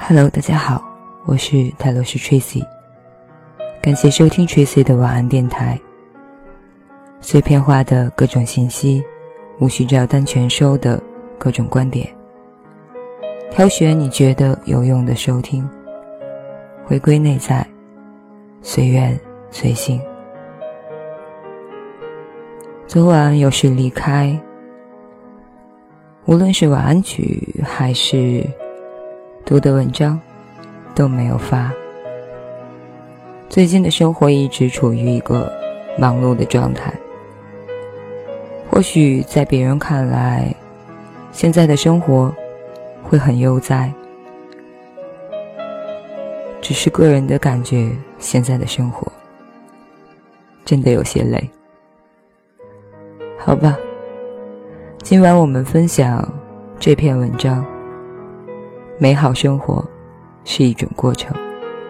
Hello， 大家好，我是泰罗斯 Tracy， 感谢收听 Tracy 的晚安电台。碎片化的各种信息，无需照单全收的各种观点，挑选你觉得有用的收听，回归内在，随缘随性。昨晚有事离开，无论是晚安曲还是读的文章都没有发。最近的生活一直处于一个忙碌的状态，或许在别人看来，现在的生活会很悠哉，只是个人的感觉，现在的生活真的有些累。好吧，今晚我们分享这篇文章，美好生活是一种过程。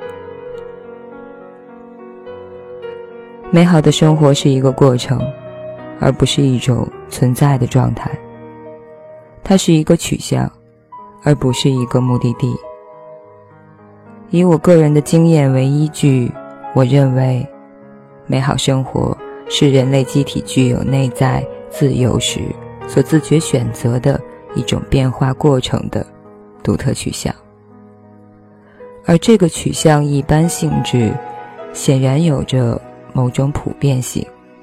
美好的生活是一个过程，而不是一种存在的状态。它是一个取向，而不是一个目的地。以我个人的经验为依据，我认为美好生活是人类机体具有内在自由时所自觉选择的一种变化过程的独特取向，而这个取向一般性质显然有着某种普遍性。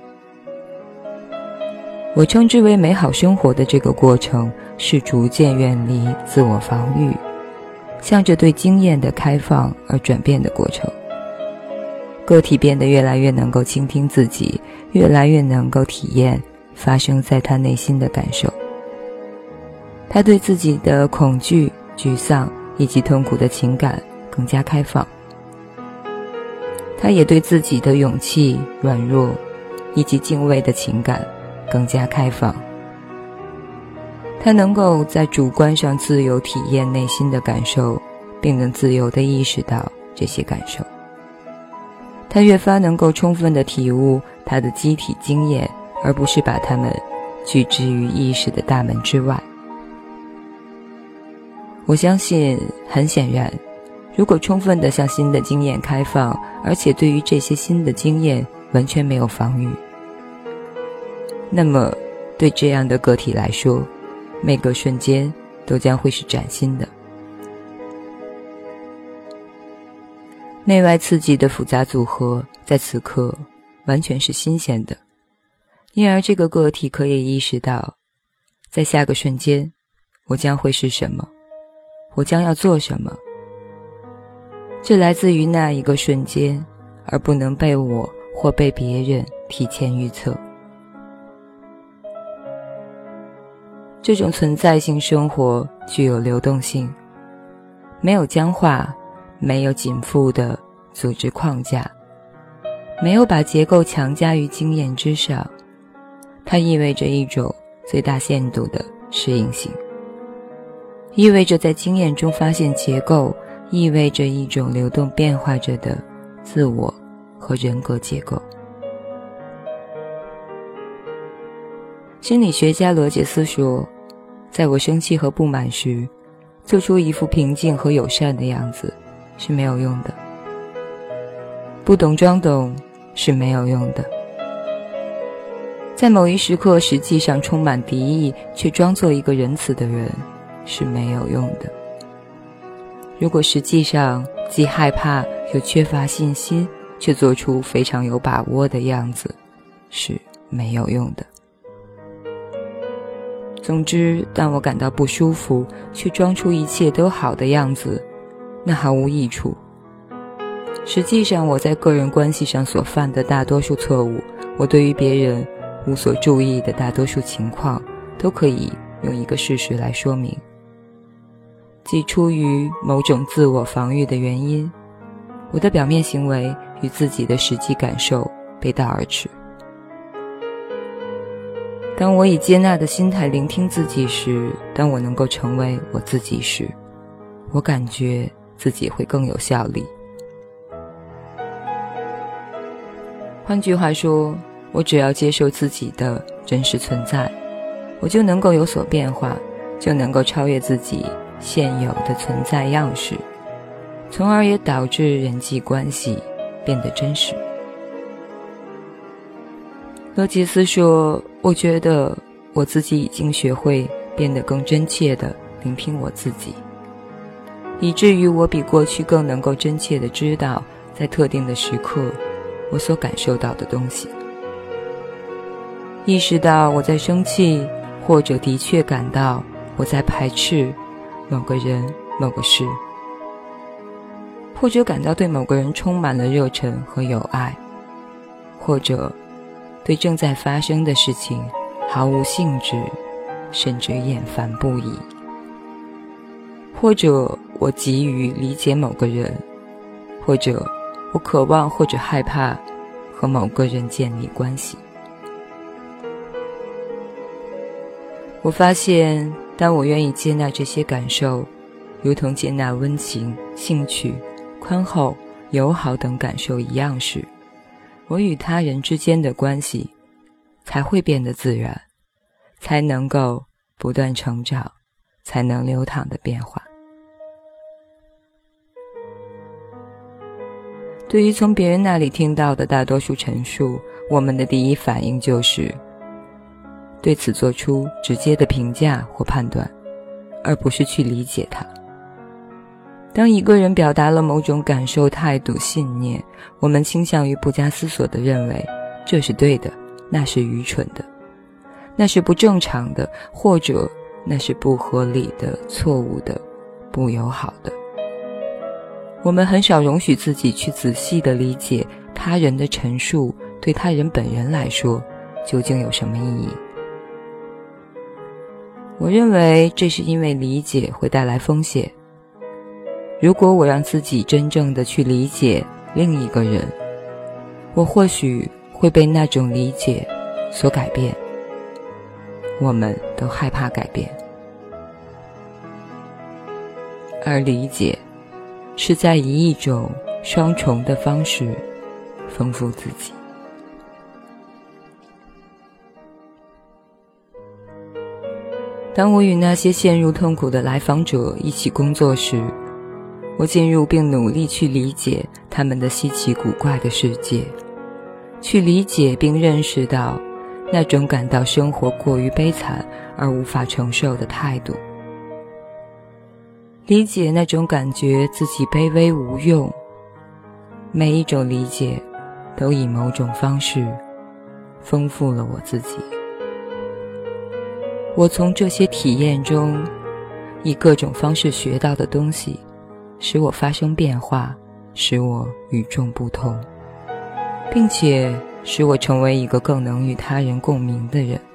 我称之为美好生活的这个过程，是逐渐远离自我防御，向着对经验的开放而转变的过程。个体变得越来越能够倾听自己，越来越能够体验发生在他内心的感受。他对自己的恐惧、沮丧以及痛苦的情感更加开放，他也对自己的勇气、软弱以及敬畏的情感更加开放。他能够在主观上自由体验内心的感受，并能自由地意识到这些感受。他越发能够充分地体悟他的机体经验，而不是把它们拒之于意识的大门之外。我相信，很显然，如果充分地向新的经验开放，而且对于这些新的经验完全没有防御，那么对这样的个体来说，每个瞬间都将会是崭新的。内外刺激的复杂组合在此刻完全是新鲜的，因而这个个体可以意识到，在下个瞬间我将会是什么，我将要做什么。这来自于那一个瞬间，而不能被我或被别人提前预测。这种存在性生活具有流动性，没有僵化，没有紧缚的组织框架，没有把结构强加于经验之上。它意味着一种最大限度的适应性，意味着在经验中发现结构，意味着一种流动变化着的自我和人格结构。心理学家罗杰斯说，在我生气和不满时，做出一副平静和友善的样子是没有用的，不懂装懂是没有用的，在某一时刻实际上充满敌意却装作一个仁慈的人是没有用的。如果实际上既害怕又缺乏信心，却做出非常有把握的样子是没有用的。总之，当我感到不舒服却装出一切都好的样子，那毫无益处。实际上，我在个人关系上所犯的大多数错误，我对于别人无所注意的大多数情况，都可以用一个事实来说明，即出于某种自我防御的原因，我的表面行为与自己的实际感受背道而驰。当我以接纳的心态聆听自己时，当我能够成为我自己时，我感觉自己会更有效力。换句话说，我只要接受自己的真实存在，我就能够有所变化，就能够超越自己现有的存在样式， 从而也导致人际关系变得真实。罗杰斯说，我觉得我自己已经学会变得更真切地聆听我自己，以至于我比过去更能够真切地知道在特定的时刻我所感受到的东西，意识到我在生气，或者的确感到我在排斥某个人某个事，或者感到对某个人充满了热忱和友爱，或者对正在发生的事情毫无兴致，甚至厌烦不已，或者我急于理解某个人，或者我渴望或者害怕和某个人建立关系。我发现，当我愿意接纳这些感受，如同接纳温情、兴趣、宽厚、友好等感受一样时，我与他人之间的关系才会变得自然，才能够不断成长，才能流淌的变化。对于从别人那里听到的大多数陈述，我们的第一反应就是对此做出直接的评价或判断，而不是去理解它。当一个人表达了某种感受、态度、信念，我们倾向于不加思索地认为这是对的，那是愚蠢的，那是不正常的，或者那是不合理的、错误的、不友好的。我们很少容许自己去仔细地理解他人的陈述对他人本人来说究竟有什么意义。我认为这是因为理解会带来风险。如果我让自己真正地去理解另一个人，我或许会被那种理解所改变。我们都害怕改变，而理解是在以一种双重的方式丰富自己。当我与那些陷入痛苦的来访者一起工作时，我进入并努力去理解他们的稀奇古怪的世界，去理解并认识到那种感到生活过于悲惨而无法承受的态度，理解那种感觉自己卑微无用。每一种理解都以某种方式丰富了我自己。我从这些体验中以各种方式学到的东西，使我发生变化，使我与众不同，并且使我成为一个更能与他人共鸣的人。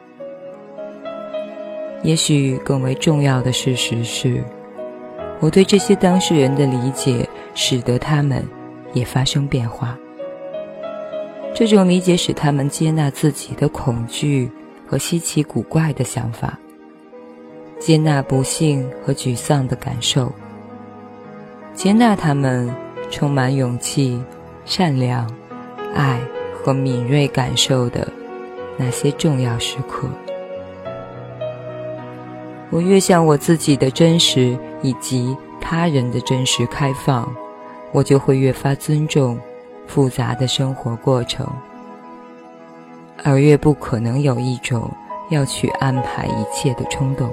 也许更为重要的事实是，我对这些当事人的理解使得他们也发生变化。这种理解使他们接纳自己的恐惧和稀奇古怪的想法，接纳不幸和沮丧的感受，接纳他们充满勇气、善良、爱和敏锐感受的那些重要时刻。我越向我自己的真实以及他人的真实开放，我就会越发尊重复杂的生活过程，而越不可能有一种要去安排一切的冲动。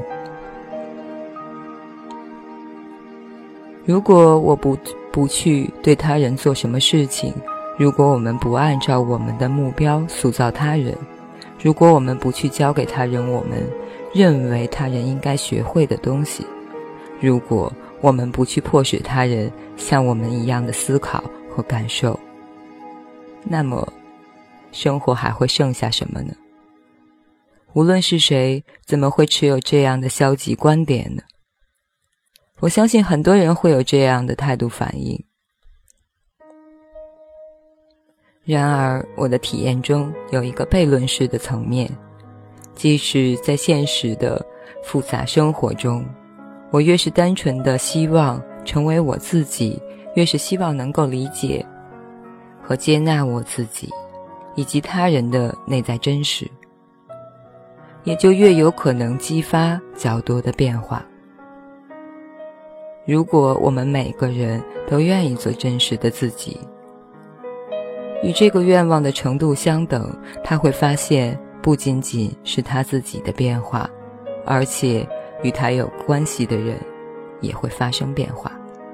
如果我不去对他人做什么事情，如果我们不按照我们的目标塑造他人，如果我们不去教给他人我们认为他人应该学会的东西，如果我们不去迫使他人像我们一样的思考和感受，那么生活还会剩下什么呢？无论是谁，怎么会持有这样的消极观点呢？我相信很多人会有这样的态度反应。然而，我的体验中有一个悖论式的层面，即使在现实的复杂生活中，我越是单纯的希望成为我自己，越是希望能够理解和接纳我自己以及他人的内在真实，也就越有可能激发较多的变化。 如果我们每个人都愿意做真实的自己，与这个愿望的程度相等，他会发现不仅仅是他自己的变化，而且与他有关系的人也会发生变化。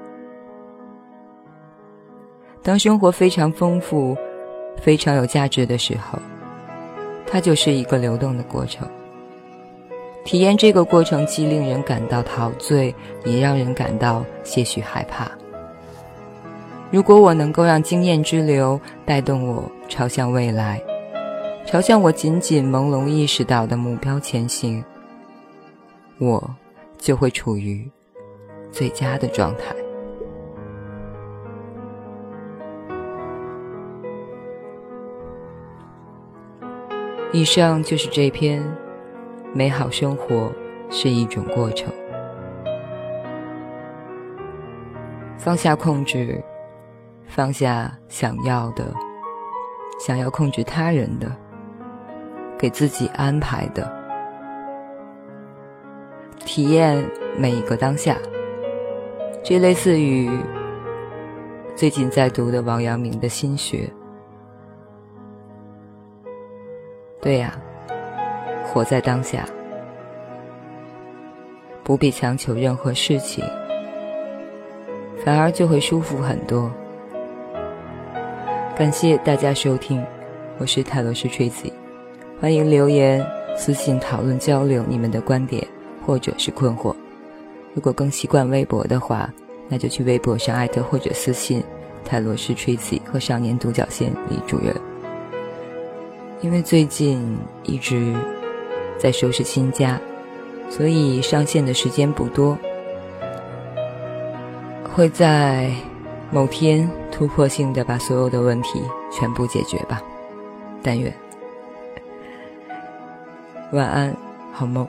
当生活非常丰富，非常有价值的时候，它就是一个流动的过程。体验这个过程既令人感到陶醉，也让人感到些许害怕。如果我能够让经验之流带动我朝向未来，朝向我仅仅朦胧意识到的目标前行，我就会处于最佳的状态。以上就是这篇美好生活是一种过程。放下控制，放下想要控制他人的，给自己安排的，体验每一个当下。这类似于最近在读的王阳明的心学。对呀，活在当下，不必强求任何事情，反而就会舒服很多。感谢大家收听，我是泰罗斯 Tracy， 欢迎留言私信讨论交流你们的观点或者是困惑。如果更习惯微博的话，那就去微博上艾特或者私信泰罗斯 Tracy 和少年独角仙李主任。因为最近一直在收拾新家，所以上线的时间不多，会在某天突破性的把所有的问题全部解决吧，但愿。晚安，好梦。